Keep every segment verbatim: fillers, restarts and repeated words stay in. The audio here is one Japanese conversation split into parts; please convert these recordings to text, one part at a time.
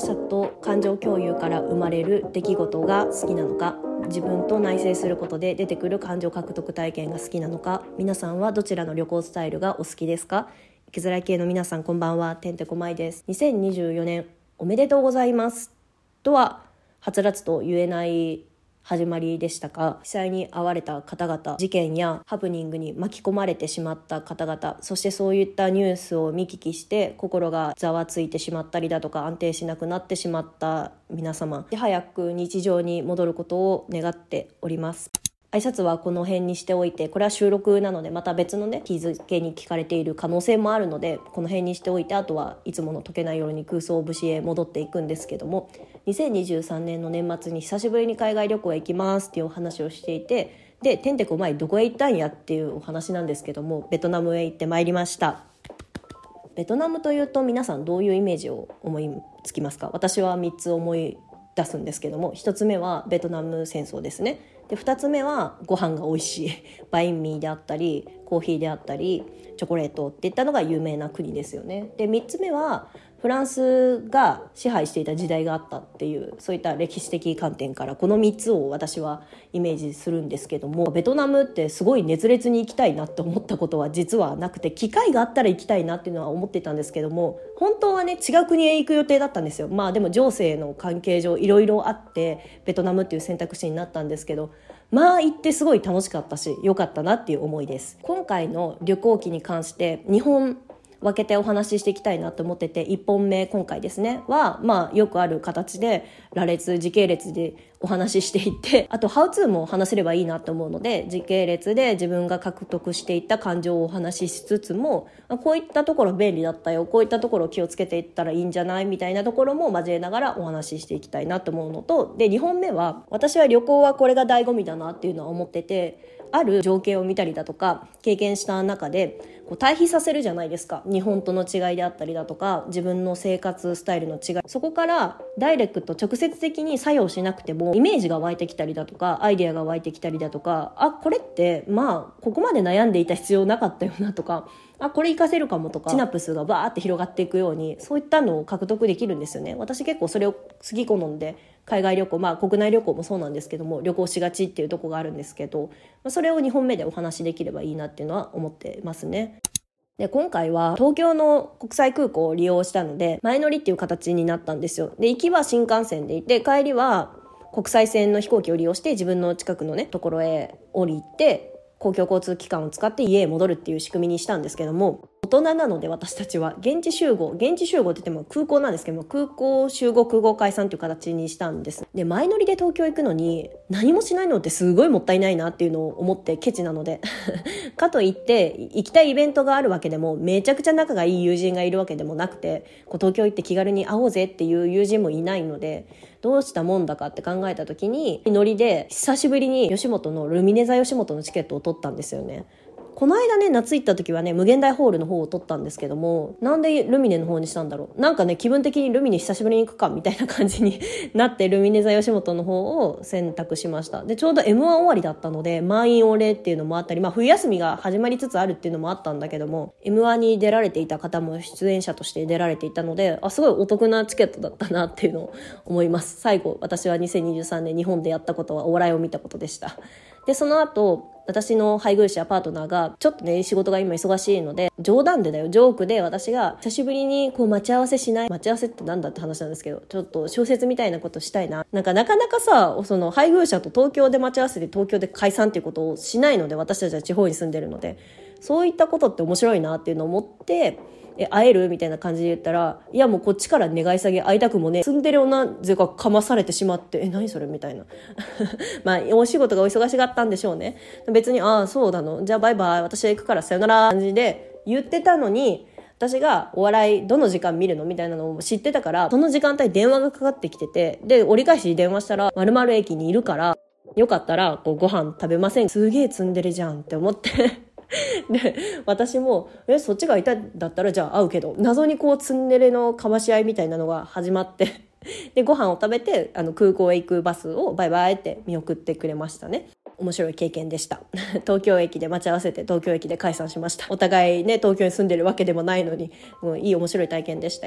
者と感情共有から生まれる出来事が好きなのか、自分と内省することで出てくる感情獲得体験が好きなのか、皆さんはどちらの旅行スタイルがお好きですか？生きづらい系の皆さん、こんばんは。てんてこまいです。にせんにじゅうよねんおめでとうございますとははつらつと言えない始まりでしたが、被災に遭われた方々、事件やハプニングに巻き込まれてしまった方々、そしてそういったニュースを見聞きして心がざわついてしまったりだとか、安定しなくなってしまった皆様、早く日常に戻ることを願っております。挨拶はこの辺にしておいて、これは収録なのでまた別のね日付に聞かれている可能性もあるので、この辺にしておいて、あとはいつもの解けない夜に空想節へ戻っていくんですけども、にせんにじゅうさんねんの年末に久しぶりに海外旅行へ行きますっていうお話をしていて、でてんてこまいどこへ行ったんやっていうお話なんですけども、ベトナムへ行ってまいりました。ベトナムというと皆さんどういうイメージを思いつきますか？私はみっつ思い出すんですけども、ひとつめはベトナム戦争ですね。でふたつめはご飯が美味しいバインミーであったりコーヒーであったりチョコレートっていったのが有名な国ですよね。でみっつめはフランスが支配していた時代があったっていう、そういった歴史的観点からこのみっつを私はイメージするんですけども、ベトナムってすごい熱烈に行きたいなって思ったことは実はなくて、機会があったら行きたいなっていうのは思ってたんですけども、本当はね違う国へ行く予定だったんですよ。まあでも情勢の関係上いろいろあってベトナムっていう選択肢になったんですけど、まあ行ってすごい楽しかったし良かったなっていう思いです。今回の旅行記に関してにほん分けてお話ししていきたいなと思ってて、いっぽんめ今回ですねは、まあよくある形で羅列時系列でお話ししていって、あとハウツーも話せればいいなと思うので、時系列で自分が獲得していった感情をお話ししつつも、こういったところ便利だったよ、こういったところ気をつけていったらいいんじゃないみたいなところも交えながらお話ししていきたいなと思うのと、でにほんめは私は旅行はこれが醍醐味だなっていうのは思ってて、ある情景を見たりだとか経験した中でこう対比させるじゃないですか。日本との違いであったりだとか、自分の生活スタイルの違い、そこからダイレクト直接的に作用しなくてもイメージが湧いてきたりだとか、アイデアが湧いてきたりだとか、あこれってまあここまで悩んでいた必要なかったよなとか、あこれ活かせるかもとか、シナプスがバーって広がっていくように、そういったのを獲得できるんですよね。私結構それを好き好んで海外旅行、まあ国内旅行もそうなんですけども旅行しがちっていうところがあるんですけど、それをにほんめでお話しできればいいなっていうのは思ってますね。で今回は東京の国際空港を利用したので前乗りっていう形になったんですよ。で行きは新幹線で行って、帰りは国際線の飛行機を利用して自分の近くのねところへ降りて、公共交通機関を使って家へ戻るっていう仕組みにしたんですけども、大人なので私たちは現地集合現地集合って言っても空港なんですけども、空港集合空港解散っていう形にしたんです。で前乗りで東京行くのに何もしないのってすごいもったいないなっていうのを思って、ケチなのでかといって行きたいイベントがあるわけでも、めちゃくちゃ仲がいい友人がいるわけでもなくて、こう東京行って気軽に会おうぜっていう友人もいないので、どうしたもんだかって考えた時に、乗りで久しぶりに吉本のルミネ座吉本のチケットを取ったんですよね。この間ね夏行った時はね無限大ホールの方を取ったんですけども、なんでルミネの方にしたんだろう。なんかね気分的にルミネ久しぶりに行くかみたいな感じになってルミネ座吉本の方を選択しました。でちょうど エムワン 終わりだったので満員御礼っていうのもあったり、まあ冬休みが始まりつつあるっていうのもあったんだけども、 エムワン に出られていた方も出演者として出られていたので、あすごいお得なチケットだったなっていうのを思います。最後私はにせんにじゅうさんねん日本でやったことはお笑いを見たことでした。でその後私の配偶者パートナーがちょっとね仕事が今忙しいので、冗談でだよジョークで私が久しぶりにこう待ち合わせしない、待ち合わせってなんだって話なんですけど、ちょっと小説みたいなことしたいな、なんかなかなかさその配偶者と東京で待ち合わせて東京で解散っていうことをしないので、私たちは地方に住んでるのでそういったことって面白いなっていうのを思って、え会えるみたいな感じで言ったら、いやもうこっちから願い下げ会いたくもね、住んでる女ぜかかまされてしまって、え何それみたいなまあお仕事がお忙しかったんでしょうね。別にああそうなのじゃあバイバイ私は行くからさよなら感じで言ってたのに、私がお笑いどの時間見るのみたいなのを知ってたから、その時間帯電話がかかってきてて、で折り返しに電話したら〇〇駅にいるからよかったらこうご飯食べません。すげえツンデレじゃんって思ってで私もえそっちがいたんだったらじゃあ会うけど、謎にこうツンデレのかまし合いみたいなのが始まってでご飯を食べてあの空港へ行くバスをバイバイって見送ってくれましたね。面白い経験でした東京駅で待ち合わせて東京駅で解散しました。お互いね東京に住んでるわけでもないのに、もういい面白い体験でしたよ。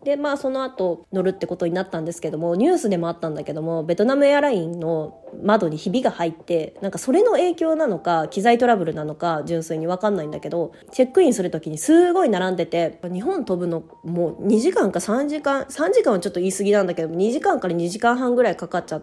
でまあその後乗るってことになったんですけども、ニュースでもあったんだけども、ベトナムエアラインの窓にひびが入って、なんかそれの影響なのか機材トラブルなのか純粋に分かんないんだけど、チェックインする時にすごい並んでて、日本飛ぶのもうにじかんかさんじかん、さんじかんはちょっと言い過ぎなんだけどにじかんからにじかんはんぐらいかかっちゃって、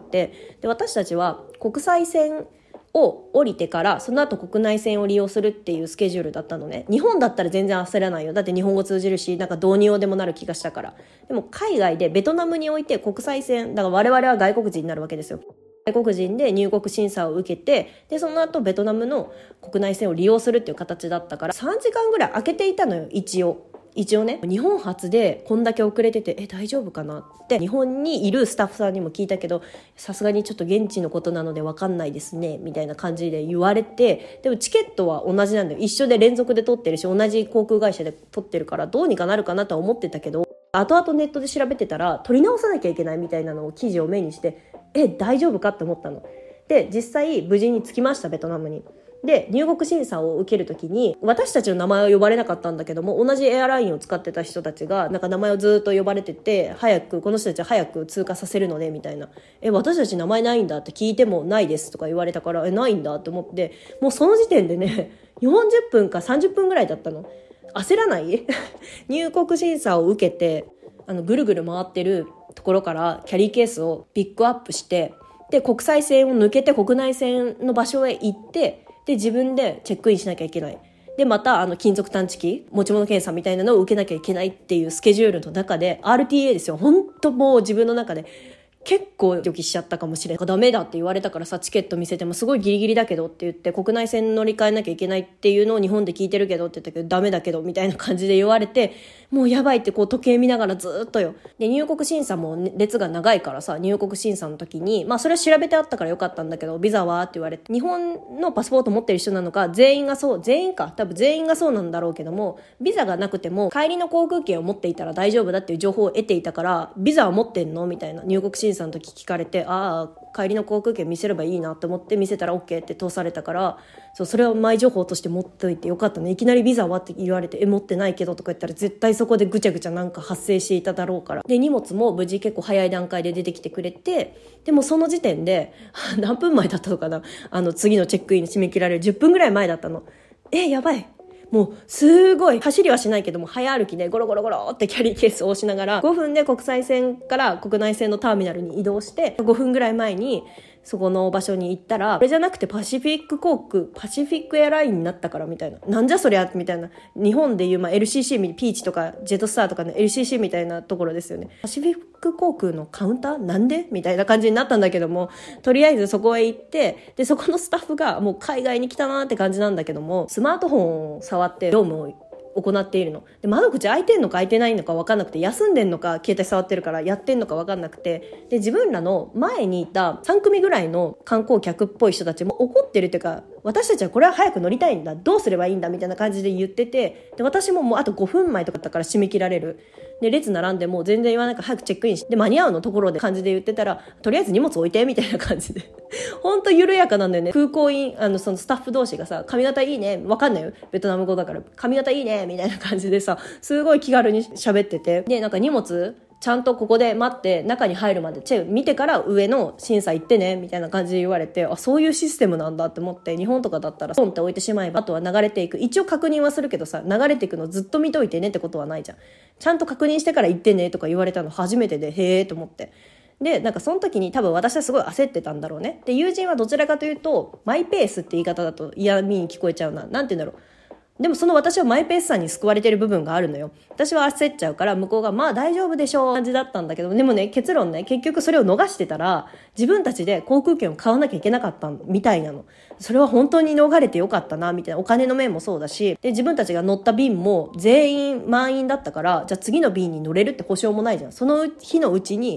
で私たちは国際線を降りてからその後国内線を利用するっていうスケジュールだったのね。日本だったら全然焦らないよ、だって日本語通じるし、なんかどうにようでもなる気がしたから。でも海外でベトナムにおいて国際線だから、我々は外国人になるわけですよ。外国人で入国審査を受けて、でその後ベトナムの国内線を利用するっていう形だったから、さんじかんぐらい空けていたのよ。一応一応ね、日本初でこんだけ遅れてて、え大丈夫かなって日本にいるスタッフさんにも聞いたけど、さすがにちょっと現地のことなので分かんないですねみたいな感じで言われて、でもチケットは同じなんだよ。一緒で連続で取ってるし、同じ航空会社で取ってるからどうにかなるかなとは思ってたけど、後々ネットで調べてたら取り直さなきゃいけないみたいなのを記事を目にして、え大丈夫かって思ったので、実際無事に着きました、ベトナムに。で入国審査を受けるときに私たちの名前は呼ばれなかったんだけども、同じエアラインを使ってた人たちがなんか名前をずっと呼ばれてて、早くこの人たちは早く通過させるのでみたいな、え私たち名前ないんだって聞いてもないですとか言われたから、えないんだって思って、もうその時点でねよんじゅっぷんかさんじゅっぷんぐらいだったの。焦らない入国審査を受けて、あのぐるぐる回ってるところからキャリーケースをピックアップして、で国際線を抜けて国内線の場所へ行って、で自分でチェックインしなきゃいけない。でまたあの金属探知機持ち物検査みたいなのを受けなきゃいけないっていうスケジュールの中で アールティーエー ですよ。本当もう自分の中で結構ドキしちゃったかもしれない。ダメだって言われたからさ、チケット見せてもすごいギリギリだけどって言って、国内線乗り換えなきゃいけないっていうのを日本で聞いてるけどって言ったけど、ダメだけどみたいな感じで言われて、もうやばいってこう時計見ながらずっとよ。で入国審査も列が長いからさ、入国審査の時にまあそれは調べてあったからよかったんだけど、ビザはって言われて、日本のパスポート持ってる人なのか、全員がそう全員か多分全員がそうなんだろうけども、ビザがなくても帰りの航空券を持っていたら大丈夫だっていう情報を得ていたから、ビザは持ってんのみたいな入国審査の時聞かれて、ああ帰りの航空券見せればいいなと思って見せたら OK って通されたから、そうそれは前情報として持っておいてよかったね。いきなりビザはって言われて、え持ってないけどとか言ったら絶対そこでぐちゃぐちゃなんか発生していただろうから。で荷物も無事結構早い段階で出てきてくれて、でもその時点で何分前だったのかな、あの次のチェックイン締め切られるじゅっぷんぐらい前だったの。えやばい、もうすごい走りはしないけども早歩きでゴロゴロゴロってキャリーケースを押しながらごふんで国際線から国内線のターミナルに移動して、ごふんぐらい前にそこの場所に行ったら、これじゃなくてパシフィック航空パシフィックエアラインになったからみたいな、なんじゃそりゃみたいな、日本でいうまあ エルシーシー ピーチとかジェットスターとかの エルシーシー みたいなところですよね。パシフィック航空のカウンターなんでみたいな感じになったんだけども、とりあえずそこへ行って、でそこのスタッフがもう海外に来たなって感じなんだけども、スマートフォンを触って業務を行っているので、窓口開いてんのか開いてないのか分かんなくて、休んでんのか携帯触ってるからやってんのか分かんなくて、で自分らの前にいたさん組ぐらいの観光客っぽい人たちも怒ってるっていうか、私たちはこれは早く乗りたいんだ、どうすればいいんだみたいな感じで言ってて、で私ももうあとごふんまえとかだったから締め切られる。で列並んでもう全然言わないから早くチェックインして、で間に合うのところで感じで言ってたら、とりあえず荷物置いてみたいな感じでほんと緩やかなんだよね。空港員あのそのスタッフ同士がさ、髪型いいね、分かんないよベトナム語だから、髪型いいねみたいな感じでさ、すごい気軽に喋ってて、でなんか荷物ちゃんとここで待って中に入るまでチェック見てから上の審査行ってねみたいな感じで言われて、あそういうシステムなんだって思って、日本とかだったらポンって置いてしまえばあとは流れていく、一応確認はするけどさ、流れていくのずっと見といてねってことはないじゃん。ちゃんと確認してから行ってねとか言われたの初めてで、へーと思って、でなんかその時に多分私はすごい焦ってたんだろうね。で友人はどちらかというとマイペースって言い方だと嫌味に聞こえちゃうな、なんて言うんだろう、でもその私はマイペースさに救われてる部分があるのよ。私は焦っちゃうから、向こうがまあ大丈夫でしょう感じだったんだけど、でもね結論ね、結局それを逃してたら自分たちで航空券を買わなきゃいけなかったみたいなの。それは本当に逃れてよかったなみたいな、お金の面もそうだし、で自分たちが乗った便も全員満員だったから、じゃあ次の便に乗れるって保証もないじゃん。その日のうちに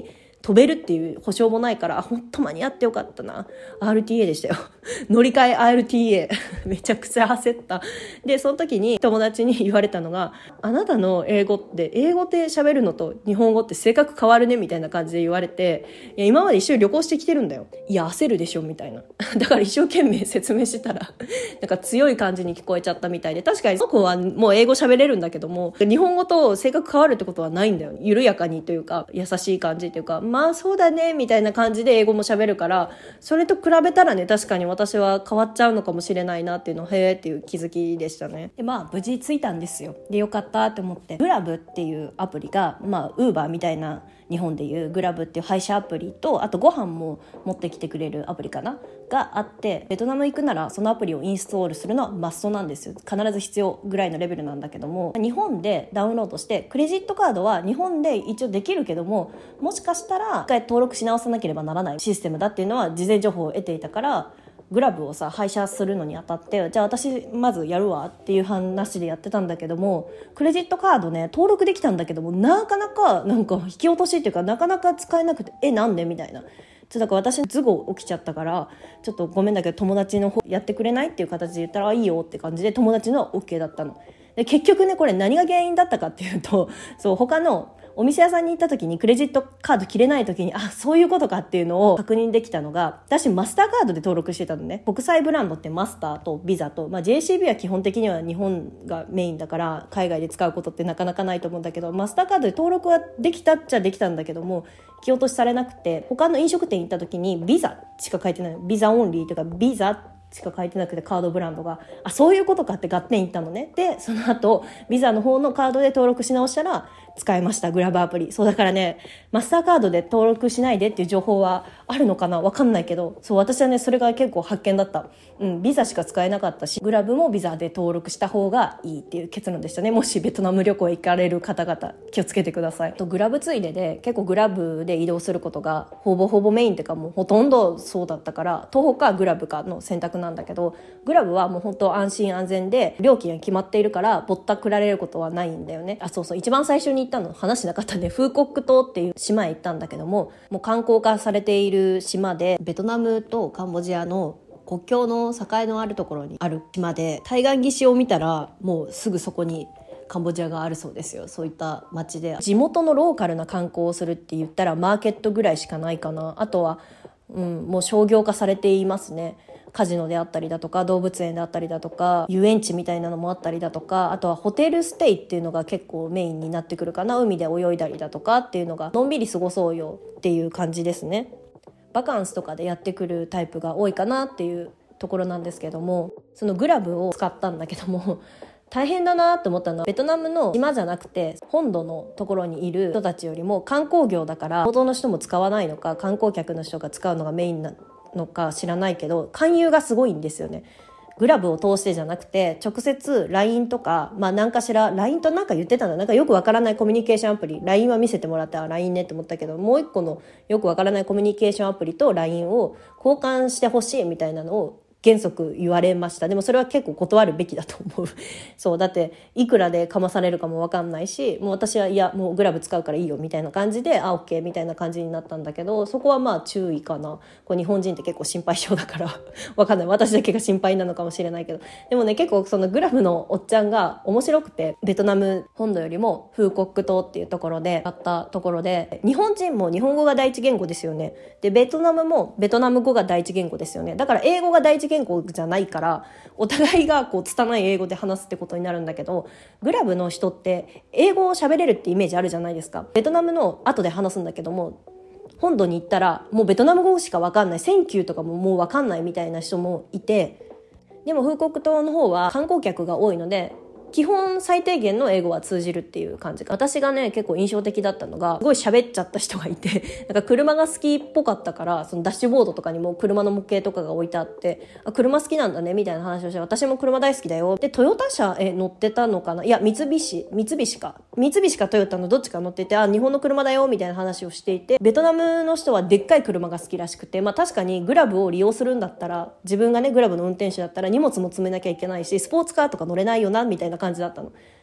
飛べるっていう保証もないから、本当間に合ってよかったな。アールティーエー でしたよ。乗り換え アールティーエー めちゃくちゃ焦った。でその時に友達に言われたのが、あなたの英語って英語で喋るのと日本語って性格変わるねみたいな感じで言われて、いや今まで一緒に旅行してきてるんだよ、いや焦るでしょみたいな。だから一生懸命説明してたらなんか強い感じに聞こえちゃったみたいで、確かにその子はもう英語喋れるんだけども、日本語と性格変わるってことはないんだよ。緩やかにというか優しい感じというか、まあそうだねみたいな感じで英語も喋るから、それと比べたらね確かに私は変わっちゃうのかもしれないなっていうのをへーっていう気づきでしたね。でまあ無事着いたんですよ。でよかったって思って、グラブっていうアプリがまあウーバーみたいな、日本でいうグラブっていう配車アプリと、あとご飯も持ってきてくれるアプリかながあって、ベトナム行くならそのアプリをインストールするのはマストなんですよ。必ず必要ぐらいのレベルなんだけども、日本でダウンロードして、クレジットカードは日本で一応できるけども、もしかしたら一回登録し直さなければならないシステムだっていうのは事前情報を得ていたから、グラブをさ配車するのにあたって、じゃあ私まずやるわっていう話でやってたんだけども、クレジットカードね登録できたんだけども、なかなかなんか引き落としっていうか、なかなか使えなくて、えなんでみたいな。ちょっとだから私頭語起きちゃったから、ちょっとごめんだけど友達の方やってくれないっていう形で言ったら、いいよって感じで友達のは OK だったので、結局ねこれ何が原因だったかっていうと、そう他のお店屋さんに行った時にクレジットカード切れない時に、あそういうことかっていうのを確認できたのが、私マスターカードで登録してたのね。国際ブランドってマスターとビザと、まあ、ジェーシービー は基本的には日本がメインだから海外で使うことってなかなかないと思うんだけど、マスターカードで登録はできたっちゃできたんだけども、引き落としされなくて、他の飲食店行った時にビザしか書いてない、ビザオンリーというかビザしか書いてなくて、カードブランドがあそういうことかって合点いったのね。でその後ビザの方のカードで登録し直したら使えました、グラブアプリ。そうだからね、マスターカードで登録しないでっていう情報はあるのかな、わかんないけど、そう私はねそれが結構発見だった。うん、ビザしか使えなかったし、グラブもビザで登録した方がいいっていう結論でしたね。もしベトナム旅行行かれる方々気をつけてください。とグラブついでで結構グラブで移動することがほぼほぼメインっていうか、もうほとんどそうだったから、徒歩かグラブかの選択なんだけど、グラブはもう本当安心安全で料金が決まっているからぼったくられることはないんだよね。あそうそう、一番最初に行ったの話しなかったね。フーコック島っていう島へ行ったんだけども、もう観光化されている島で、ベトナムとカンボジアの国境の境のあるところにある島で、対岸岸を見たらもうすぐそこにカンボジアがあるそうですよ。そういった街で地元のローカルな観光をするって言ったらマーケットぐらいしかないかな。あとは、うん、もう商業化されていますね。カジノであったりだとか、動物園であったりだとか、遊園地みたいなのもあったりだとか、あとはホテルステイっていうのが結構メインになってくるかな。海で泳いだりだとかっていうのが、のんびり過ごそうよっていう感じですね。バカンスとかでやってくるタイプが多いかなっていうところなんですけども、そのグラブを使ったんだけども大変だなと思ったのは、ベトナムの島じゃなくて本土のところにいる人たちよりも観光業だから、本当の人も使わないのか、観光客の人が使うのがメインなのか知らないけど、勧誘がすごいんですよね。グラブを通してじゃなくて直接 ライン とか、まあ何かしら ライン となんか言ってたんだ、なんかよくわからないコミュニケーションアプリ、 ライン は見せてもらって、あ ライン ねって思ったけど、もう一個のよくわからないコミュニケーションアプリと ライン を交換してほしいみたいなのを原則言われました。でもそれは結構断るべきだと思うそうだっていくらでかまされるかも分かんないし、もう私はいやもうグラブ使うからいいよみたいな感じで、あ OK みたいな感じになったんだけど、そこはまあ注意かな。こう日本人って結構心配性だから分かんない、私だけが心配なのかもしれないけど、でもね結構そのグラブのおっちゃんが面白くて、ベトナム本土よりもフーコック島っていうところであったところで、日本人も日本語が第一言語ですよね。でベトナムもベトナム語が第一言語ですよね。だから英語が第一言語じゃないから、お互いがこう拙い英語で話すってことになるんだけど、グラブの人って英語を喋れるってイメージあるじゃないですか。ベトナムの後で話すんだけども、本土に行ったらもうベトナム語しか分かんない、センキューとかももう分かんないみたいな人もいて、でもフーコック島の方は観光客が多いので基本最低限の英語は通じるっていう感じ。私がね結構印象的だったのが、すごい喋っちゃった人がいてなんか車が好きっぽかったから、そのダッシュボードとかにも車の模型とかが置いてあって、あ車好きなんだねみたいな話をして、私も車大好きだよで、トヨタ車え乗ってたのかな、いや三菱三菱か三菱かトヨタのどっちか乗ってて、あ日本の車だよみたいな話をしていて、ベトナムの人はでっかい車が好きらしくて、まあ確かにグラブを利用するんだったら、自分がねグラブの運転手だったら荷物も積めなきゃいけないし、スポーツカーとか乗れないよなみたいな感じだったの。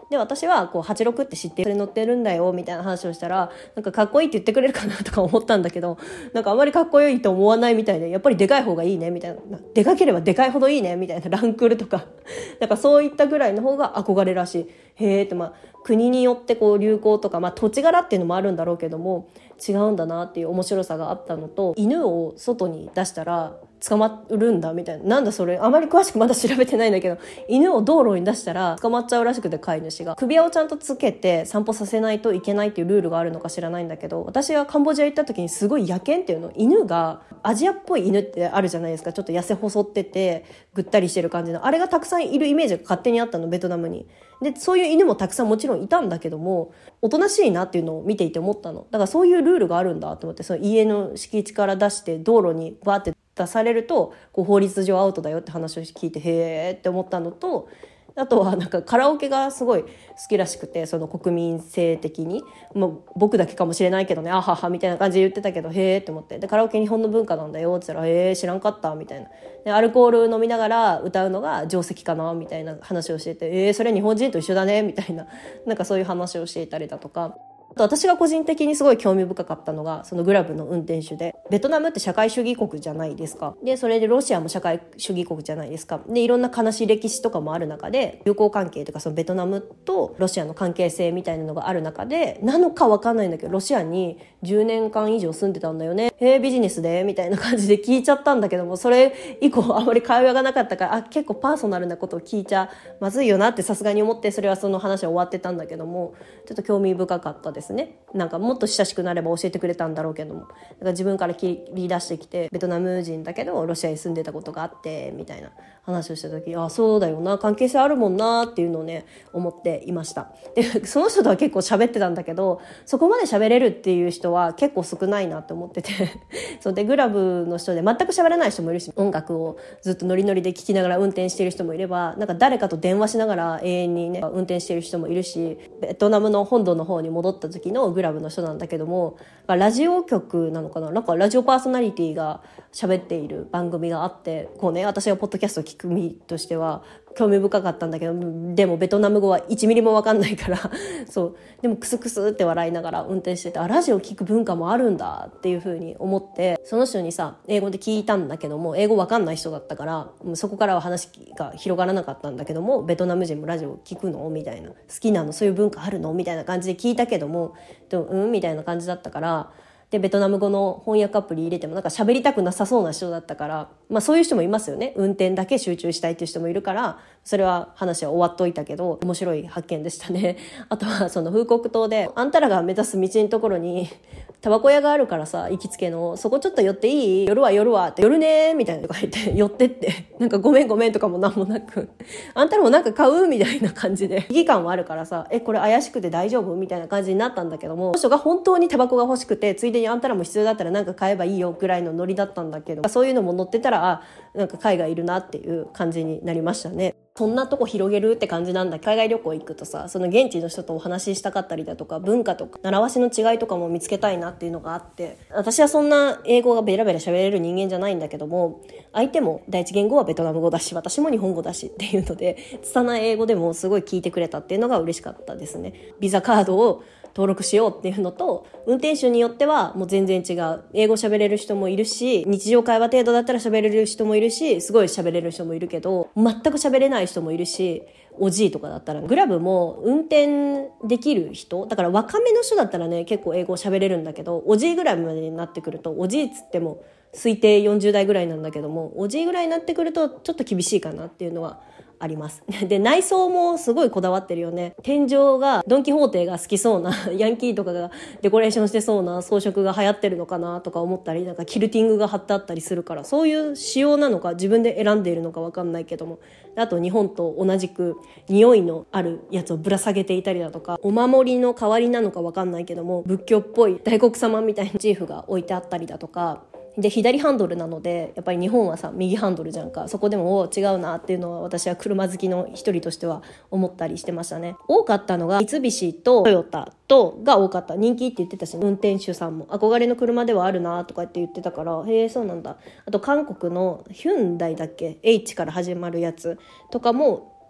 で私はこうはちじゅうろくって知ってる乗ってるんだよみたいな話をしたら、なんかかっこいいって言ってくれるかなとか思ったんだけど、なんかあまりかっこいいと思わないみたいで、やっぱりでかい方がいいねみたいな、でかければでかいほどいいねみたいな、ランクルとかなんかそういったぐらいの方が憧れらしい。へーって、まあ国によってこう流行とか、まあ土地柄っていうのもあるんだろうけども、違うんだなっていう面白さがあったのと、犬を外に出したら捕まるんだみたいな、なんだそれ、あまり詳しくまだ調べてないんだけど、犬を道路に出したら捕まっちゃうらしくて、飼い主が首輪をちゃんとつけて散歩させないといけないっていうルールがあるのか知らないんだけど、私がカンボジア行った時にすごい野犬っていうの、犬がアジアっぽい犬ってあるじゃないですか、ちょっと痩せ細っててぐったりしてる感じの、あれがたくさんいるイメージが勝手にあったの、ベトナムに。でそういう犬もたくさんもちろんいたんだけども、おとなしいなっていうのを見ていて思ったの。だからそういうルールがあるんだと思って、その家の敷地から出して道路にバーって出されるとこう法律上アウトだよって話を聞いて、へーって思ったのと、あとはなんかカラオケがすごい好きらしくて、その国民性的に、もう僕だけかもしれないけどね、あははみたいな感じで言ってたけど、へーって思って、でカラオケ日本の文化なんだよって言ったら、へー知らんかったみたいな、でアルコール飲みながら歌うのが定石かなみたいな話をしてて、えーそれ日本人と一緒だねみたいな、なんかそういう話をしていたりだとか。あと私が個人的にすごい興味深かったのが、そのグラブの運転手で、ベトナムって社会主義国じゃないですか。でそれでロシアも社会主義国じゃないですか。でいろんな悲しい歴史とかもある中で、友好関係とかそのベトナムとロシアの関係性みたいなのがある中で、なのか分かんないんだけどロシアにじゅうねんかん以上住んでたんだよね、へービジネスでみたいな感じで聞いちゃったんだけども、それ以降あまり会話がなかったから、あ結構パーソナルなことを聞いちゃまずいよなってさすがに思って、それはその話は終わってたんだけども、ちょっと興味深かったですね。なんかもっと親しくなれば教えてくれたんだろうけども、だから自分から切り出してきて、ベトナム人だけどロシアに住んでたことがあってみたいな話をした時、あそうだよな、関係性あるもんなっていうのをね思っていました。でその人とは結構喋ってたんだけど、そこまで喋れるっていう人は結構少ないなって思っててそうでグラブの人で全く喋らない人もいるし、音楽をずっとノリノリで聴きながら運転してる人もいれば、なんか誰かと電話しながら永遠にね運転してる人もいるし、ベトナムの本土の方に戻った時のグラブの人なんだけども、ラジオ局なのかな、なんかラジオパーソナリティが喋っている番組があって、こうね私がポッドキャストを聞く身としては興味深かったんだけど、でもベトナム語はいちミリも分かんないからそうでもクスクスって笑いながら運転してて、あラジオ聞く文化もあるんだっていう風に思って、その人にさ英語で聞いたんだけども、英語分かんない人だったからそこからは話が広がらなかったんだけども、ベトナム人もラジオ聞くのみたいな、好きなのそういう文化あるのみたいな感じで聞いたけども、でもうんみたいな感じだったから、でベトナム語の翻訳アプリ入れてもなんか喋りたくなさそうな人だったから、まあそういう人もいますよね。運転だけ集中したいっていう人もいるから、それは話は終わっといたけど面白い発見でしたね。あとはそのフーコック島で、あんたらが目指す道のところにタバコ屋があるからさ、行きつけのそこちょっと寄っていい？寄るわ寄るわって、寄るねみたいなとか言って寄ってって、なんかごめんごめんとかもなんもなく、あんたらもなんか買うみたいな感じで危機感はあるからさ、えこれ怪しくて大丈夫みたいな感じになったんだけども、その人が本当にタバコが欲しくて、ついでにあんたらも必要だったらなんか買えばいいよぐらいのノリだったんだけど、そういうのも乗ってたら、あなんか海外いるなっていう感じになりましたね。そんなとこ広げるって感じなんだ。海外旅行行くとさ、その現地の人とお話ししたかったりだとか、文化とか習わしの違いとかも見つけたいなっていうのがあって、私はそんな英語がベラベラ喋れる人間じゃないんだけども、相手も第一言語はベトナム語だし、私も日本語だしっていうので、拙い英語でもすごい聞いてくれたっていうのが嬉しかったですね。ビザカードを登録しようっていうのと、運転手によってはもう全然違う。英語喋れる人もいるし、日常会話程度だったら喋れる人もいるし、すごい喋れる人もいるけど、全く喋れない人もいるし、おじいとかだったら、グラブも運転できる人だから、若めの人だったらね結構英語喋れるんだけど、おじいぐらいまでになってくると、おじいっつっても推定よんじゅう代ぐらいなんだけども、おじいぐらいになってくるとちょっと厳しいかなっていうのはあります。で内装もすごいこだわってるよね。天井がドンキホーテが好きそうなヤンキーとかがデコレーションしてそうな装飾が流行ってるのかなとか思ったり、なんかキルティングが貼ってあったりするから、そういう仕様なのか自分で選んでいるのか分かんないけども、あと日本と同じく匂いのあるやつをぶら下げていたりだとか、お守りの代わりなのか分かんないけども仏教っぽい大黒様みたいなモチーフが置いてあったりだとかで、左ハンドルなので、やっぱり日本はさ右ハンドルじゃんか。そこでも違うなっていうのは私は車好きの一人としては思ったりしてましたね。多かったのが三菱とトヨタとが多かった。人気って言ってたし、運転手さんも憧れの車ではあるなとかって言ってたから、へえそうなんだ。あと韓国のヒュンダイだっけ、 H から始まるやつとかも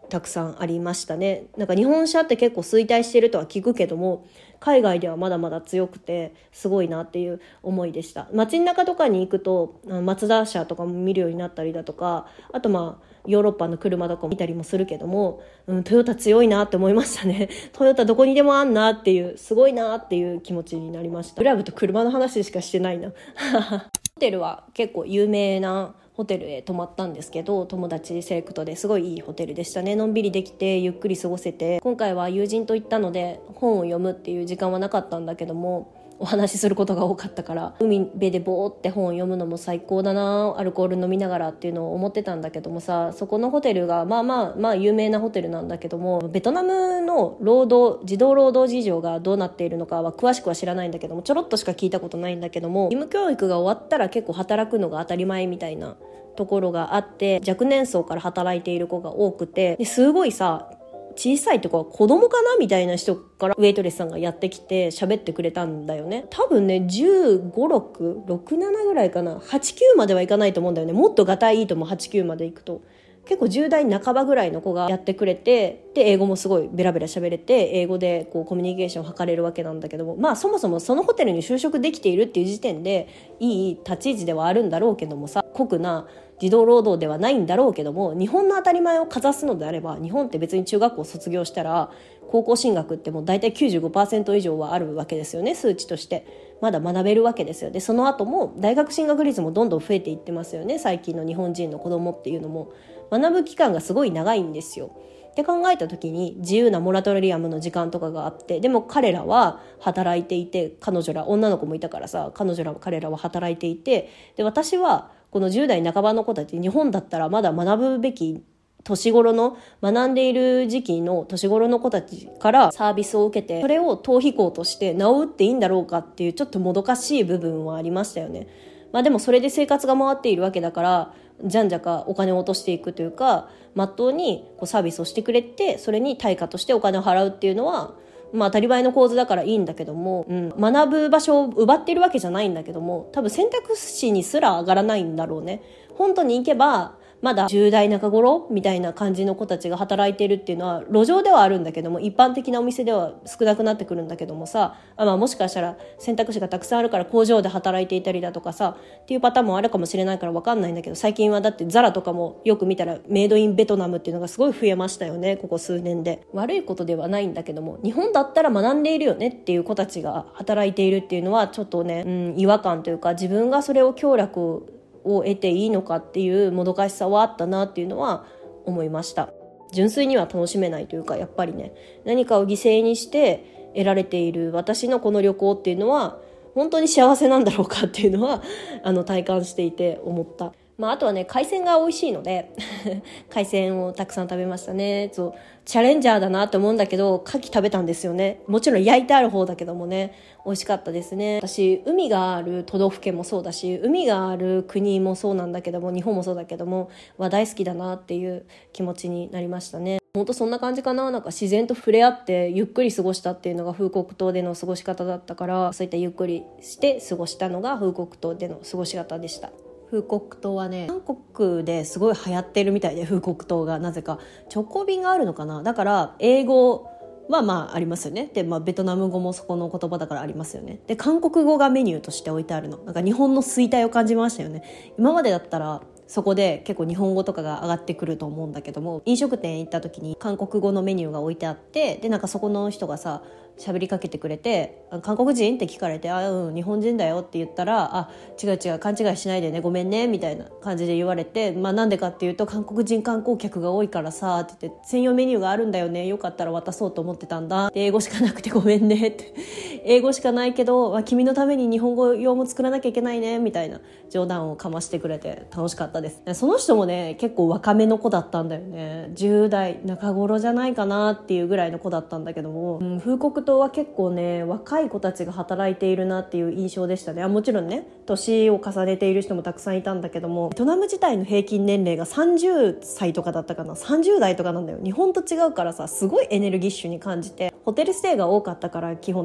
たくさんありましたね。なんか日本車って結構衰退してるとは聞くけども、海外ではまだまだ強くてすごいなっていう思いでした。街中とかに行くとマツダ車とかも見るようになったりだとか、あとまあヨーロッパの車とかも見たりもするけども、うん、トヨタ強いなって思いましたね。トヨタどこにでもあんなっていう、すごいなっていう気持ちになりました。クラブと車の話しかしてないなホテルは結構有名なホテルへ泊まったんですけど、友達セレクトですごいいいホテルでしたね。のんびりできてゆっくり過ごせて、今回は友人と行ったので本を読むっていう時間はなかったんだけども、お話しすることが多かったから海辺でボーって本を読むのも最高だな、アルコール飲みながらっていうのを思ってたんだけどもさ、そこのホテルがまあまあまあ有名なホテルなんだけども、ベトナムの労働児童労働事情がどうなっているのかは詳しくは知らないんだけども、ちょろっとしか聞いたことないんだけども、義務教育が終わったら結構働くのが当たり前みたいなところがあって、若年層から働いている子が多くて、ですごいさ、小さいとこは子供かなみたいな人からウェイトレスさんがやってきて喋ってくれたんだよね。多分ねじゅうご、ろく、ろく、ななぐらいかな。はち、きゅうまではいかないと思うんだよね。もっとがたいいいと思う。はち、きゅうまで行くと結構じゅう代半ばぐらいの子がやってくれて、で英語もすごいベラベラ喋れて、英語でこうコミュニケーションを図れるわけなんだけども、まあそもそもそのホテルに就職できているっていう時点でいい立ち位置ではあるんだろうけどもさ、酷な児童労働ではないんだろうけども、日本の当たり前をかざすのであれば、日本って別に中学校卒業したら高校進学ってもう大体 きゅうじゅうごパーセント 以上はあるわけですよね、数値として。まだ学べるわけですよ。でその後も大学進学率もどんどん増えていってますよね。最近の日本人の子供っていうのも学ぶ期間がすごい長いんですよ。って考えた時に自由なモラトリアムの時間とかがあって、でも彼らは働いていて、彼女ら女の子もいたからさ、彼女ら彼らは働いていて、で私はこのじゅう代半ばの子たち、日本だったらまだ学ぶべき年頃の、学んでいる時期の年頃の子たちからサービスを受けて、それを逃避行として直っていいんだろうかっていうちょっともどかしい部分はありましたよね。まあでもそれで生活が回っているわけだから、じゃんじゃかお金を落としていくというか、まっとうにこうサービスをしてくれて、それに対価としてお金を払うっていうのはまあ当たり前の構図だからいいんだけども、うん、学ぶ場所を奪っているわけじゃないんだけども、多分選択肢にすら上がらないんだろうね。本当に行けばまだじゅう代中頃みたいな感じの子たちが働いているっていうのは路上ではあるんだけども、一般的なお店では少なくなってくるんだけどもさ、あ、まあ、もしかしたら選択肢がたくさんあるから工場で働いていたりだとかさっていうパターンもあるかもしれないから分かんないんだけど、最近はだってザラとかもよく見たらメイドインベトナムっていうのがすごい増えましたよね、ここ数年で。悪いことではないんだけども、日本だったら学んでいるよねっていう子たちが働いているっていうのはちょっとね、うん、違和感というか、自分がそれを享楽を得ていいのかっていうもどかしさはあったなっていうのは思いました。純粋には楽しめないというか、やっぱりね、何かを犠牲にして得られている私のこの旅行っていうのは本当に幸せなんだろうかっていうのはあの体感していて思った。まあ、あとはね、海鮮が美味しいので海鮮をたくさん食べましたね。そう、チャレンジャーだなって思うんだけど、牡蠣食べたんですよね。もちろん焼いてある方だけどもね、美味しかったですね。私、海がある都道府県もそうだし、海がある国もそうなんだけども、日本もそうだけどもは大好きだなっていう気持ちになりましたね。本当そんな感じかな。なんか自然と触れ合ってゆっくり過ごしたっていうのがフーコック島での過ごし方だったから、そういったゆっくりして過ごしたのがフーコック島での過ごし方でした。フーコック島はね、韓国ですごい流行ってるみたいで、フーコック島がなぜか直行便があるのかな。だから英語はまあありますよね。で、まあ、ベトナム語もそこの言葉だからありますよね。で、韓国語がメニューとして置いてあるの。なんか日本の衰退を感じましたよね。今までだったらそこで結構日本語とかが上がってくると思うんだけども、飲食店行った時に韓国語のメニューが置いてあって、でなんかそこの人がさ喋りかけてくれて、韓国人って聞かれて、あ、うん、日本人だよって言ったら、あ、違う違う、勘違いしないでね、ごめんねみたいな感じで言われて、まあなんでかっていうと、韓国人観光客が多いからさって言って、専用メニューがあるんだよね、よかったら渡そうと思ってたんだ、で英語しかなくてごめんねって英語しかないけど、まあ、君のために日本語用も作らなきゃいけないねみたいな冗談をかましてくれて楽しかったです。その人もね、結構若めの子だったんだよね。じゅう代中頃じゃないかなっていうぐらいの子だったんだけども、うん、フーコック島は結構ね、若い子たちが働いているなっていう印象でしたね。あ、もちろんね、年を重ねている人もたくさんいたんだけども、ベトナム自体の平均年齢がさんじゅっさいとかだったかな、さんじゅう代とかなんだよ。日本と違うからさ、すごいエネルギッシュに感じて、ホテルステイが多かったから基本的には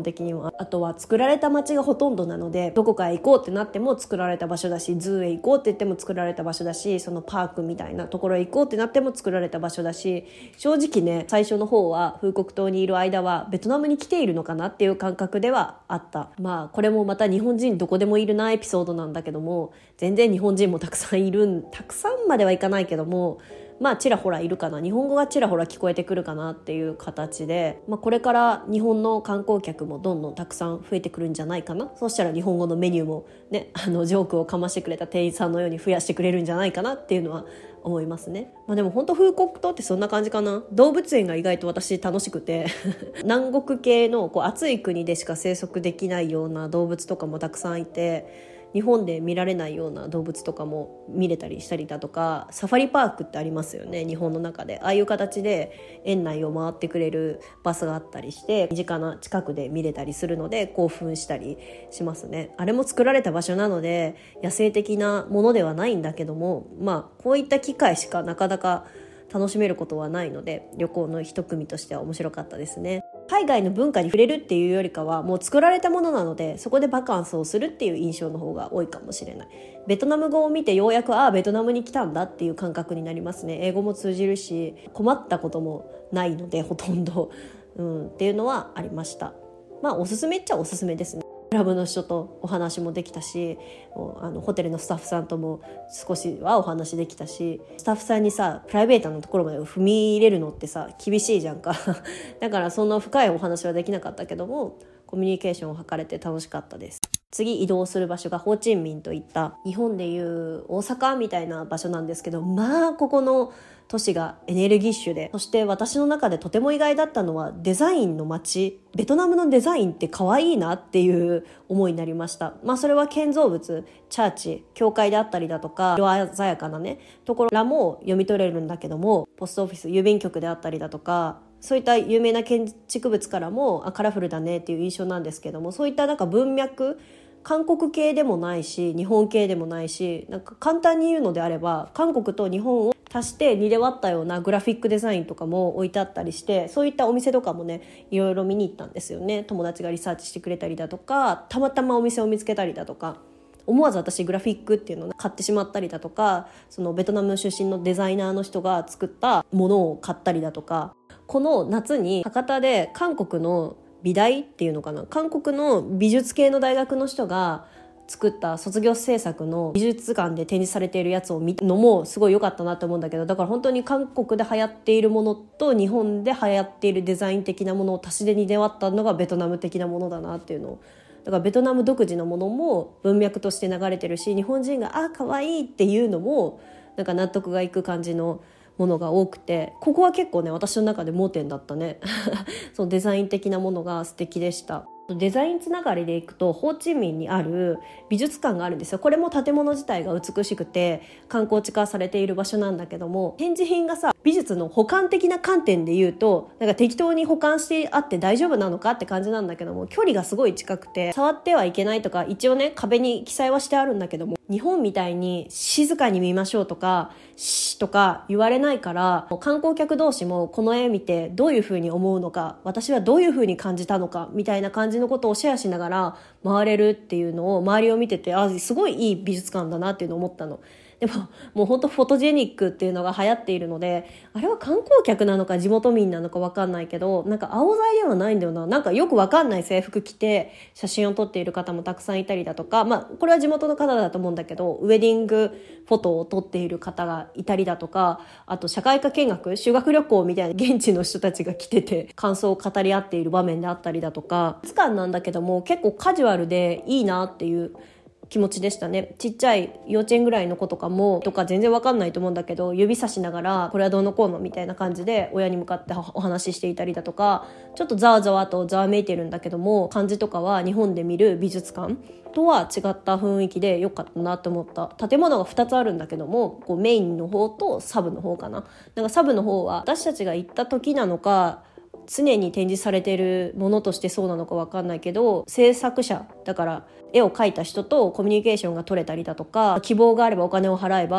も、あとは作られた街がほとんどなので、どこかへ行こうってなっても作られた場所だし、ズーへ行こうって言っても作られた場所だし、そのパークみたいなところへ行こうってなっても作られた場所だし、正直ね、最初の方はフーコク島にいる間はベトナムに来ているのかなっていう感覚ではあった。まあこれもまた日本人どこでもいるなエピソードなんだけども、全然日本人もたくさんいるんたくさんまではいかないけども、まあちらほらいるかな、日本語がちらほら聞こえてくるかなっていう形で、まあ、これから日本の観光客もどんどんたくさん増えてくるんじゃないかな。そうしたら日本語のメニューもね、あのジョークをかましてくれた店員さんのように増やしてくれるんじゃないかなっていうのは思いますね。まあ、でも本当フーコク島ってそんな感じかな。動物園が意外と私楽しくて南国系のこう暑い国でしか生息できないような動物とかもたくさんいて、日本で見られないような動物とかも見れたりしたりだとか、サファリパークってありますよね、日本の中で。ああいう形で園内を回ってくれるバスがあったりして、身近な近くで見れたりするので興奮したりしますね。あれも作られた場所なので野生的なものではないんだけども、まあこういった機会しかなかなか楽しめることはないので、旅行の一組としては面白かったですね。海外の文化に触れるっていうよりかは、もう作られたものなので、そこでバカンスをするっていう印象の方が多いかもしれない。ベトナム語を見てようやく、ああベトナムに来たんだっていう感覚になりますね。英語も通じるし、困ったこともないのでほとんど、うん、っていうのはありました。まあおすすめっちゃおすすめですね。クラブの人とお話もできたし、もうあのホテルのスタッフさんとも少しはお話できたし、スタッフさんにさプライベートなところまで踏み入れるのってさ厳しいじゃんかだからそんな深いお話はできなかったけども、コミュニケーションを図れて楽しかったです。次移動する場所がホーチミンといった日本でいう大阪みたいな場所なんですけど、まあここの都市がエネルギッシュで、そして私の中でとても意外だったのはデザインの街。ベトナムのデザインって可愛いなっていう思いになりました。まあそれは建造物、チャーチ、教会であったりだとか、色鮮やかなねところらも読み取れるんだけども、ポストオフィス、郵便局であったりだとか、そういった有名な建築物からもあカラフルだねっていう印象なんですけども、そういったなんか文脈、韓国系でもないし日本系でもないし、なんか簡単に言うのであれば韓国と日本を足してにで割ったようなグラフィックデザインとかも置いてあったりして、そういったお店とかもねいろいろ見に行ったんですよね。友達がリサーチしてくれたりだとか、たまたまお店を見つけたりだとか、思わず私グラフィックっていうのを買ってしまったりだとか、そのベトナム出身のデザイナーの人が作ったものを買ったりだとか、この夏に博多で韓国の美大っていうのかな、韓国の美術系の大学の人が作った卒業制作の美術館で展示されているやつを見るのもすごい良かったなって思うんだけど、だから本当に韓国で流行っているものと日本で流行っているデザイン的なものを足しでにで割ったのがベトナム的なものだなっていうのを、だからベトナム独自のものも文脈として流れてるし、日本人があ可愛いっていうのもなんか納得がいく感じのものが多くて、ここは結構ね私の中で盲点だったねそのデザイン的なものが素敵でした。デザインつながりでいくとホーチミンにある美術館があるんですよ。これも建物自体が美しくて観光地化されている場所なんだけども、展示品がさ美術の保管的な観点で言うとなんか適当に保管してあって大丈夫なのかって感じなんだけども、距離がすごい近くて触ってはいけないとか一応ね壁に記載はしてあるんだけども、日本みたいに静かに見ましょうとかシーとか言われないから、観光客同士もこの絵見てどういう風に思うのか、私はどういう風に感じたのかみたいな感じのことをシェアしながら回れるっていうのを周りを見てて、あすごいいい美術館だなっていうのを思ったの。でももう本当フォトジェニックっていうのが流行っているので、あれは観光客なのか地元民なのか分かんないけど、なんか青材ではないんだよな。なんかよく分かんない制服着て写真を撮っている方もたくさんいたりだとか、まあこれは地元の方だと思うんだけど、ウェディングフォトを撮っている方がいたりだとか、あと社会科見学修学旅行みたいな現地の人たちが来てて感想を語り合っている場面であったりだとか、美術館なんだけども結構カジュアルでいいなっていう気持ちでしたね。ちっちゃい幼稚園ぐらいの子とかもとか全然わかんないと思うんだけど、指さしながらこれはどうのこうのみたいな感じで親に向かってお話ししていたりだとか、ちょっとざわざわとざわめいてるんだけども感じとかは日本で見る美術館とは違った雰囲気で良かったなと思った。建物がふたつあるんだけども、こうメインの方とサブの方かな。なんかサブの方は私たちが行った時なのか常に展示されているものとしてそうなのか分かんないけど、制作者だから絵を描いた人とコミュニケーションが取れたりだとか、希望があればお金を払えば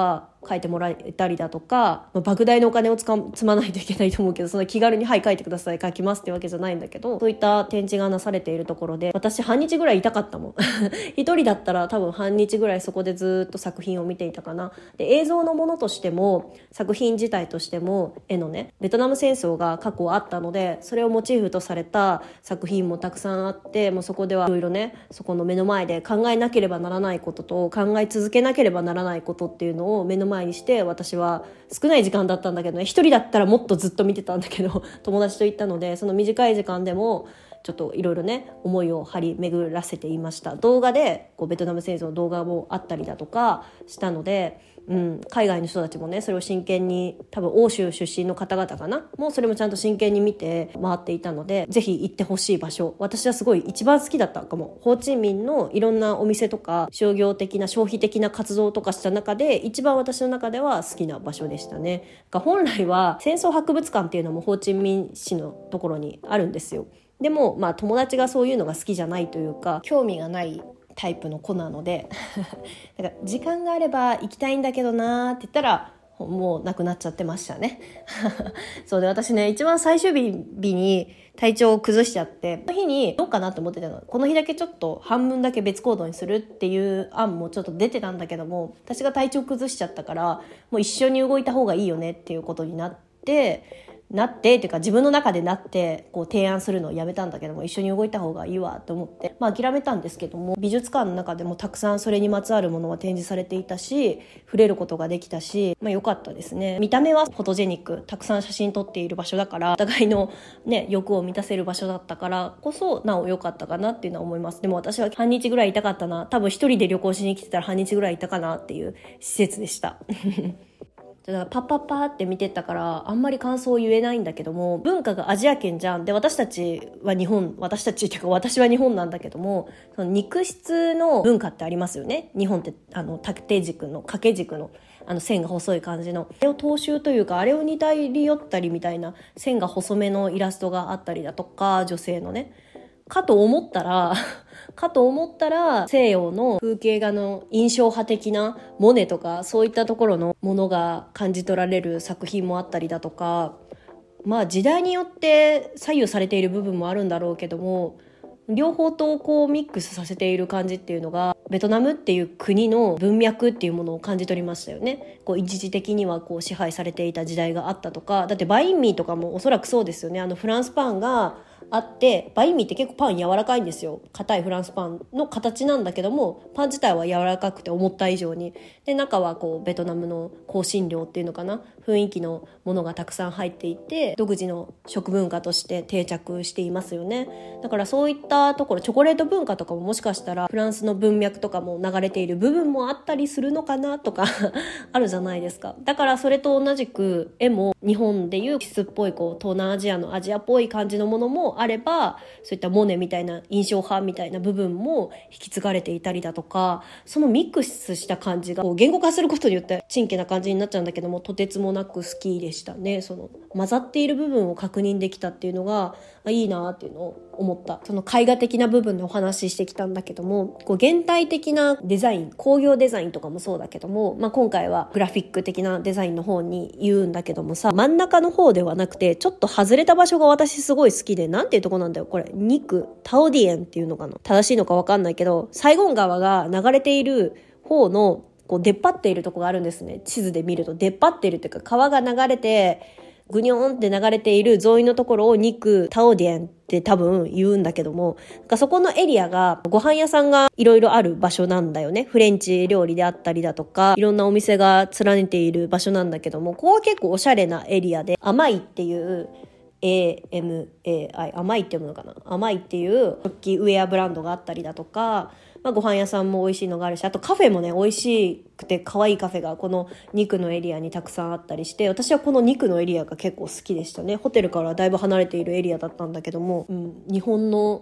書いてもらえたりだとか、まあ、莫大なお金をつか積まないといけないと思うけど、そんな気軽にはい書いてください書きますってわけじゃないんだけど、そういった展示がなされているところで私半日ぐらいいたかったもん一人だったら多分半日ぐらいそこでずっと作品を見ていたかな。で映像のものとしても作品自体としても絵のね、ベトナム戦争が過去あったので、それをモチーフとされた作品もたくさんあって、もうそこではいろいろね、そこの目の前で考えなければならないことと考え続けなければならないことっていうのを目の前にして、私は少ない時間だったんだけどね、一人だったらもっとずっと見てたんだけど友達と行ったので、その短い時間でもちょっといろいろね思いを張り巡らせていました。動画でこうベトナム戦争の動画もあったりだとかしたので、うん、海外の人たちもねそれを真剣に、多分欧州出身の方々かな、もうそれもちゃんと真剣に見て回っていたので、ぜひ行ってほしい場所、私はすごい一番好きだったかも。ホーチミンのいろんなお店とか商業的な消費的な活動とかした中で一番私の中では好きな場所でしたね。本来は戦争博物館っていうのもホーチミン市のところにあるんですよ。でもまあ友達がそういうのが好きじゃないというか興味がないタイプの子なのでだから時間があれば行きたいんだけどなって言ったらもうなくなっちゃってましたねそうで、私ね一番最終日に体調を崩しちゃって、この日にどうかなと思ってたの。この日だけちょっと半分だけ別行動にするっていう案もちょっと出てたんだけども、私が体調崩しちゃったからもう一緒に動いた方がいいよねっていうことになってなってっていうか自分の中でなってこう提案するのをやめたんだけども、一緒に動いた方がいいわと思ってまあ諦めたんですけども、美術館の中でもたくさんそれにまつわるものは展示されていたし、触れることができたし、まあ良かったですね。見た目はフォトジェニック、たくさん写真撮っている場所だから、お互いのね欲を満たせる場所だったからこそなお良かったかなっていうのは思います。でも私は半日ぐらいいたかったな、多分一人で旅行しに来てたら半日ぐらいいたかなっていう施設でしただからパッパッパーって見てたからあんまり感想を言えないんだけども、文化がアジア圏じゃん。で私たちは日本、私たちっていうか私は日本なんだけども、その肉質の文化ってありますよね。日本ってあの縦軸の掛け軸のあの線が細い感じの、あれを踏襲というかあれを似たり寄ったりみたいな線が細めのイラストがあったりだとか、女性のねかと思ったらかと思ったら西洋の風景画の印象派的なモネとかそういったところのものが感じ取られる作品もあったりだとか、まあ時代によって左右されている部分もあるんだろうけども、両方とこうミックスさせている感じっていうのがベトナムっていう国の文脈っていうものを感じ取りましたよね。こう一時的にはこう支配されていた時代があったとか、だってバインミーとかもおそらくそうですよね。あのフランスパンがあって、バインミーって結構パン柔らかいんですよ。硬いフランスパンの形なんだけども、パン自体は柔らかくて思った以上に、で中はこうベトナムの香辛料っていうのかな、雰囲気のものがたくさん入っていて、独自の食文化として定着していますよね。だからそういったところ、チョコレート文化とかももしかしたらフランスの文脈とかも流れている部分もあったりするのかなとかあるじゃないですか。だからそれと同じく絵も日本でいう質っぽいこう東南アジアのアジアっぽい感じのものもあれば、そういったモネみたいな印象派みたいな部分も引き継がれていたりだとか、そのミックスした感じがこう言語化することによってチンケな感じになっちゃうんだけども、とてつもなく好きでしたね。その混ざっている部分を確認できたっていうのがいいなっていうのを思った。その絵画的な部分でお話ししてきたんだけども、こう現代的なデザイン、工業デザインとかもそうだけども、まあ、今回はグラフィック的なデザインの方に言うんだけどもさ、真ん中の方ではなくてちょっと外れた場所が私すごい好きで、なんていうとこなんだよこれ、肉タオディエンっていうのかな、正しいのか分かんないけど、サイゴン川が流れている方のこう出っ張っているとこがあるんですね。地図で見ると出っ張っているというか、川が流れてグニョーンって流れている沿いのところを肉タオディエンって多分言うんだけども、なんかそこのエリアがご飯屋さんがいろいろある場所なんだよね。フレンチ料理であったりだとか、いろんなお店が連ねている場所なんだけども、ここは結構おしゃれなエリアで、甘いっていう エーエムエーアイ 甘いって読むのかな、甘いっていう食器ウェアブランドがあったりだとか、まあ、ご飯屋さんも美味しいのがあるし、あとカフェもね美味しくて可愛いカフェがこの肉のエリアにたくさんあったりして、私はこの肉のエリアが結構好きでしたね。ホテルからだいぶ離れているエリアだったんだけども、うん、日本の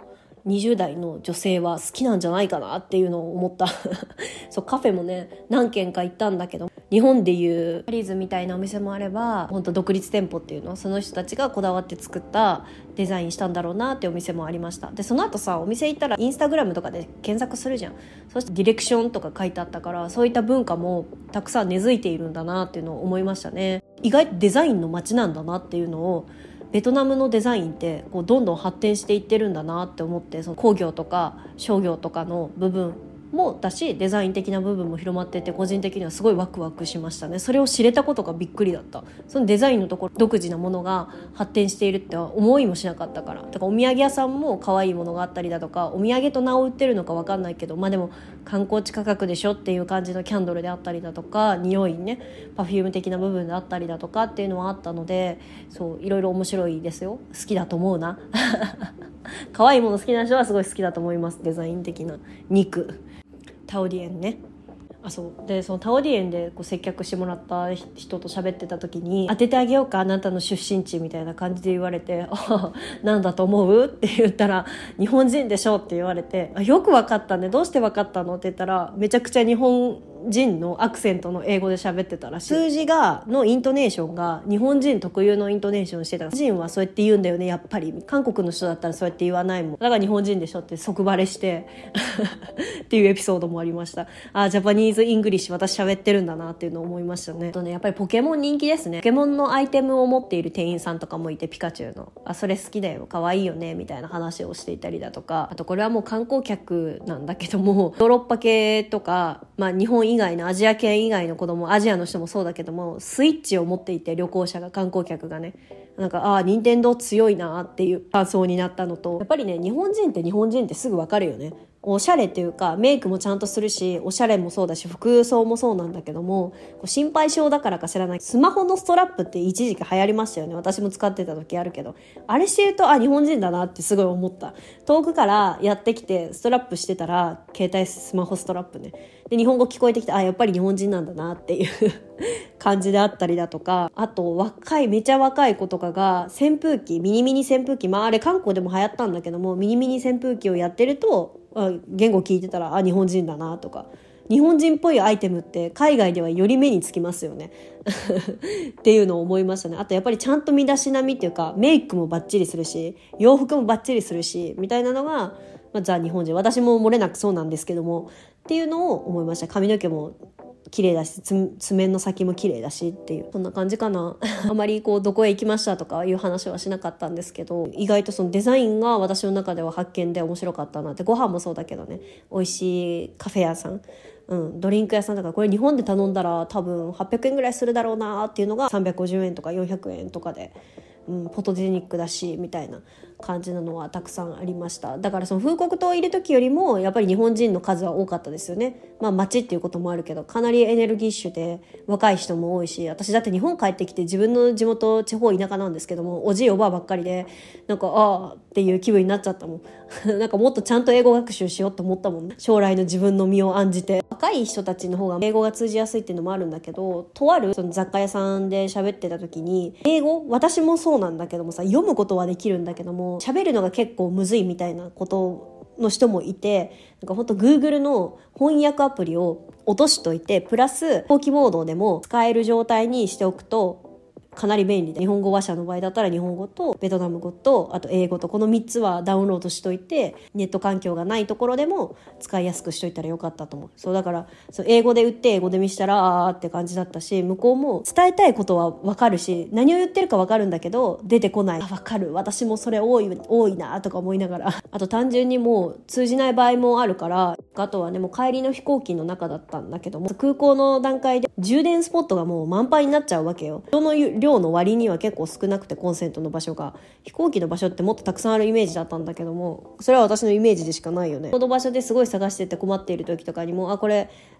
にじゅう代の女性は好きなんじゃないかなっていうのを思ったそうカフェもね何軒か行ったんだけど、日本でいうパリーズみたいなお店もあれば本当独立店舗っていうの、その人たちがこだわって作ったデザインしたんだろうなってお店もありました。でその後さ、お店行ったらインスタグラムとかで検索するじゃん。そしてディレクションとか書いてあったから、そういった文化もたくさん根付いているんだなっていうのを思いましたね。意外とデザインの街なんだなっていうのを、ベトナムのデザインってこうどんどん発展していってるんだなって思って、その工業とか商業とかの部分もだし、デザイン的な部分も広まってて、個人的にはすごいワクワクしましたね。それを知れたことがびっくりだった。そのデザインのところ独自なものが発展しているって思いもしなかったから。だからお土産屋さんも可愛いものがあったりだとか、お土産と名を売ってるのか分かんないけど、まあでも観光地価格でしょっていう感じのキャンドルであったりだとか、匂いね、パフューム的な部分であったりだとかっていうのはあったので、そういろいろ面白いですよ。好きだと思うな可愛いもの好きな人はすごい好きだと思います。デザイン的な肉タオディエンね。あそうでそのタオディエンでこう接客してもらった人と喋ってた時に、当ててあげようかあなたの出身地みたいな感じで言われて、あなんだと思うって言ったら、日本人でしょって言われて、あよく分かったね、どうして分かったのって言ったら、めちゃくちゃ日本人のアクセントの英語で喋ってたらしい。数字がのイントネーションが日本人特有のイントネーションしてた。日本人はそうやって言うんだよね、やっぱり韓国の人だったらそうやって言わないもん、だから日本人でしょって即バレしてっていうエピソードもありました。あジャパニーズイングリッシュ私喋ってるんだなっていうのを思いましたね。あとね、やっぱりポケモン人気ですね。ポケモンのアイテムを持っている店員さんとかもいて、ピカチュウのあそれ好きだよ可愛いよねみたいな話をしていたりだとか、あとこれはもう観光客なんだけども、ヨーロッパ系とか、まあ、日本以外のアジア系以外の子供、アジアの人もそうだけども、スイッチを持っていて、旅行者が観光客がね、なんかああ任天堂強いなっていう感想になったのと、やっぱりね日本人って日本人ってすぐ分かるよね。おしゃれっていうかメイクもちゃんとするし、おしゃれもそうだし服装もそうなんだけども、こう心配性だからか知らないスマホのストラップって一時期流行りましたよね。私も使ってた時あるけど、あれしてるとあ日本人だなってすごい思った。遠くからやってきてストラップしてたら、携帯スマホストラップねで日本語聞こえてきて、あやっぱり日本人なんだなっていう感じであったりだとか、あと若いめちゃ若い子とかが扇風機ミニミニ扇風機、まああれ韓国でも流行ったんだけども、ミニミニ扇風機をやってると言語聞いてたらあ日本人だなとか、日本人っぽいアイテムって海外ではより目につきますよねっていうのを思いましたね。あとやっぱりちゃんと身だしなみっていうか、メイクもバッチリするし洋服もバッチリするしみたいなのが、まあ、ザ日本人、私も漏れなくそうなんですけどもっていうのを思いました。髪の毛も綺麗だし、爪の先も綺麗だしっていう、そんな感じかなあまりこうどこへ行きましたとかいう話はしなかったんですけど、意外とそのデザインが私の中では発見で面白かったなって。ご飯もそうだけどね、美味しいカフェ屋さん、うん、ドリンク屋さんだから、これ日本で頼んだら多分はっぴゃくえんぐらいするだろうなっていうのがさんびゃくごじゅうえんとかよんひゃくえんとかで、うん、フォトジェニックだしみたいな感じなのはたくさんありました。だからその風国島をいる時よりもやっぱり日本人の数は多かったですよね。まあ街っていうこともあるけど、かなりエネルギッシュで若い人も多いし、私だって日本帰ってきて自分の地元地方田舎なんですけども、おじいおばあばっかりで、なんかああっていう気分になっちゃったもんなんかもっとちゃんと英語学習しようと思ったもんね、将来の自分の身を案じて。若い人たちの方が英語が通じやすいっていうのもあるんだけど、とあるその雑貨屋さんで喋ってた時に、英語私もそうなんだけどもさ、読むことはできるんだけども喋るのが結構むずいみたいなことの人もいて、なんかほんと Google の翻訳アプリを落としといて、プラス飛行機モードでも使える状態にしておくとかなり便利で、日本語話者の場合だったら日本語とベトナム語とあと英語と、このみっつはダウンロードしといて、ネット環境がないところでも使いやすくしといたらよかったと思う。そうだからそう英語で打って英語で見したらあーって感じだったし、向こうも伝えたいことは分かるし、何を言ってるか分かるんだけど出てこない。あ分かる、私もそれ多い多いなとか思いながらあと単純にもう通じない場合もあるから、あとはねもう帰りの飛行機の中だったんだけども、空港の段階で充電スポットがもう満杯になっちゃうわけよ。その量の割には結構少なくて、コンセントの場所が飛行機の場所ってもっとたくさんあるイメージだったんだけども、それは私のイメージでしかないよね。この場所ですごい探してて困っている時とかにも、あこれ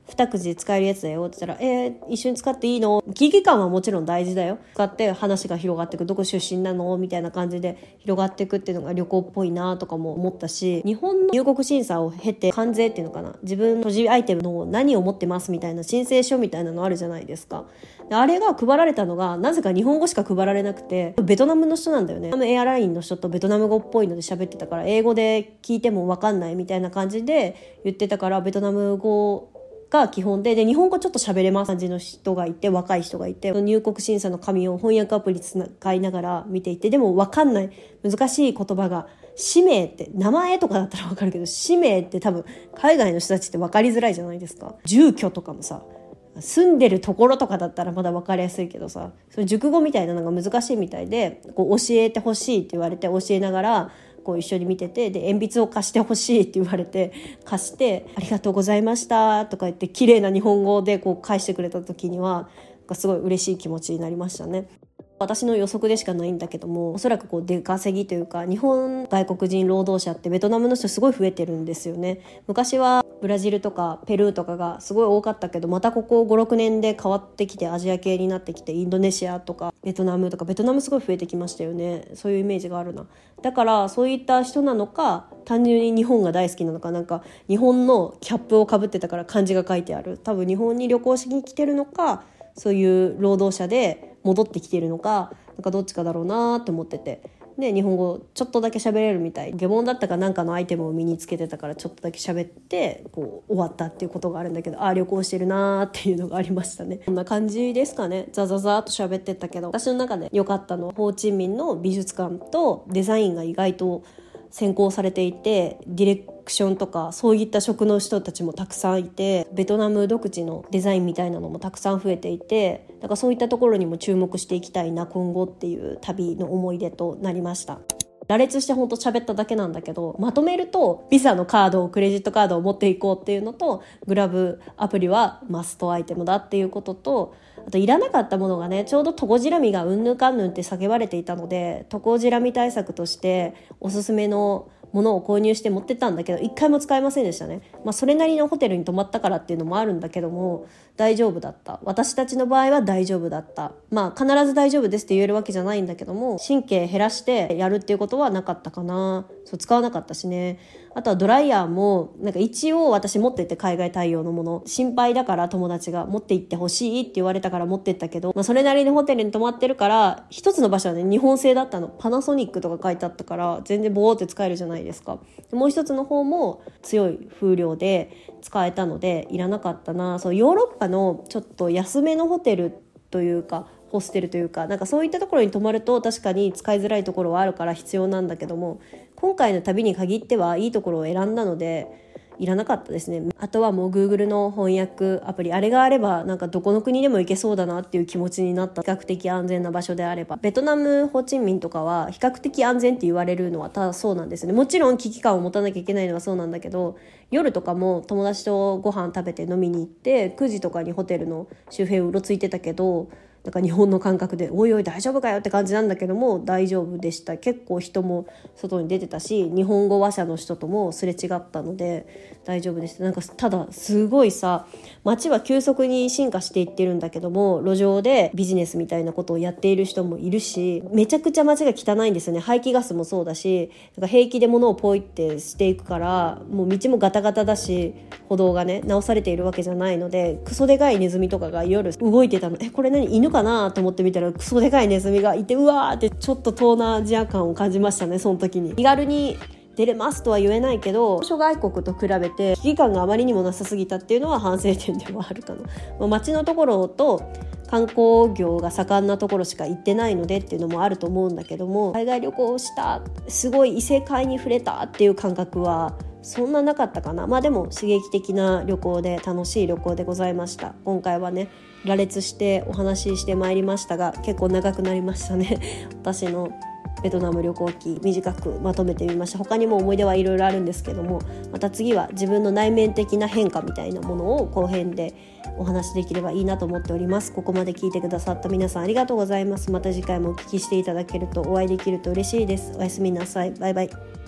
二口で使えるやつだよって言ったら、えー、一緒に使っていいの？危機感はもちろん大事だよ。使って話が広がっていく。どこ出身なのみたいな感じで広がっていくっていうのが旅行っぽいなとかも思ったし、日本の入国審査を経て関税っていうのかな、自分の所持アイテムの何を持ってますみたいな申請書みたいなのあるじゃないですか。であれが配られたのがなぜか日本語しか配られなくて、ベトナムの人なんだよね。エアラインの人とベトナム語っぽいので喋ってたから、英語で聞いても分かんないみたいな感じで言ってたから、ベトナム語が基本で、で日本語ちょっと喋れます感じの人がいて、若い人がいて、入国審査の紙を翻訳アプリ使いながら見ていて、でも分かんない難しい言葉が、氏名って名前とかだったら分かるけど、氏名って多分海外の人たちって分かりづらいじゃないですか。住居とかもさ、住んでるところとかだったらまだ分かりやすいけどさ、その熟語みたいなのが難しいみたいで、こう教えてほしいって言われて教えながらこう一緒に見てて、で鉛筆を貸してほしいって言われて貸して、ありがとうございましたとか言って綺麗な日本語でこう返してくれた時にはすごい嬉しい気持ちになりましたね。私の予測でしかないんだけども、おそらくこう出稼ぎというか、日本外国人労働者ってベトナムの人すごい増えてるんですよね。昔はブラジルとかペルーとかがすごい多かったけど、またここごろくねんで変わってきてアジア系になってきて、インドネシアとかベトナムとか、ベトナムすごい増えてきましたよね。そういうイメージがあるな。だからそういった人なのか、単純に日本が大好きなのか、なんか日本のキャップをかぶってたから漢字が書いてある、多分日本に旅行しに来てるのか、そういう労働者で戻ってきているのか、なんかどっちかだろうなって思ってて、で日本語ちょっとだけ喋れるみたい、下問だったかなんかのアイテムを身につけてたからちょっとだけ喋ってこう終わったっていうことがあるんだけど、ああ旅行してるなっていうのがありましたね。こんな感じですかね。ザザザーっと喋ってったけど、私の中で良かったのはホーチミンの美術館とデザインが意外と先行されていて、ディレクションとかそういった職の人たちもたくさんいて、ベトナム独自のデザインみたいなのもたくさん増えていて、だからそういったところにも注目していきたいな今後っていう旅の思い出となりました。羅列してほんと喋っただけなんだけど、まとめるとビザのカードをクレジットカードを持っていこうっていうのと、グラブアプリはマストアイテムだっていうことと、あといらなかったものがね、ちょうどトコジラミがうんぬかんぬんって叫ばれていたので、トコジラミ対策としておすすめのものを購入して持ってったんだけど、一回も使えませんでしたね。まあそれなりのホテルに泊まったからっていうのもあるんだけども、大丈夫だった。私たちの場合は大丈夫だった。まあ必ず大丈夫ですって言えるわけじゃないんだけども、神経減らしてやるっていうことはなかったかな。そう使わなかったしね。あとはドライヤーもなんか一応私持ってって、海外対応のもの心配だから友達が持って行ってほしいって言われたから持ってったけど、まあ、それなりにホテルに泊まってるから一つの場所はね日本製だったの。パナソニックとか書いてあったから全然ボーって使えるじゃないですか。もう一つの方も強い風量で使えたのでいらなかったな。そうヨーロッパのちょっと安めのホテルというかホステルというか、なんかそういったところに泊まると確かに使いづらいところはあるから必要なんだけども、今回の旅に限ってはいいところを選んだのでいらなかったですね。あとはもう Google の翻訳アプリ、あれがあればなんかどこの国でも行けそうだなっていう気持ちになった。比較的安全な場所であれば、ベトナムホーチミンとかは比較的安全って言われるのはただそうなんですね。もちろん危機感を持たなきゃいけないのはそうなんだけど、夜とかも友達とご飯食べて飲みに行ってくじとかにホテルの周辺うろついてたけど、なんか日本の感覚でおいおい大丈夫かよって感じなんだけども大丈夫でした。結構人も外に出てたし、日本語話者の人ともすれ違ったので大丈夫でした。なんかただすごいさ、街は急速に進化していってるんだけども、路上でビジネスみたいなことをやっている人もいるし、めちゃくちゃ街が汚いんですよね。排気ガスもそうだし、なんか平気で物をポイってしていくから、もう道もガタガタだし、歩道がね直されているわけじゃないので、クソでかいネズミとかが夜動いてたの。えこれ何犬かなと思ってみたらクソでかいネズミがいて、うわーってちょっと東南アジア感を感じましたね。その時に気軽に出れますとは言えないけど、諸外国と比べて危機感があまりにもなさすぎたっていうのは反省点ではあるかな。まあ、街のところと観光業が盛んなところしか行ってないのでっていうのもあると思うんだけども、海外旅行をしたすごい異世界に触れたっていう感覚はそんななかったかな。まあでも刺激的な旅行で楽しい旅行でございました。今回はね羅列してお話ししてまいりましたが、結構長くなりましたね私のベトナム旅行記短くまとめてみました。他にも思い出はいろいろあるんですけども、また次は自分の内面的な変化みたいなものを後編でお話しできればいいなと思っております。ここまで聞いてくださった皆さんありがとうございます。また次回もお聞きしていただけるとお会いできると嬉しいです。おやすみなさい。バイバイ。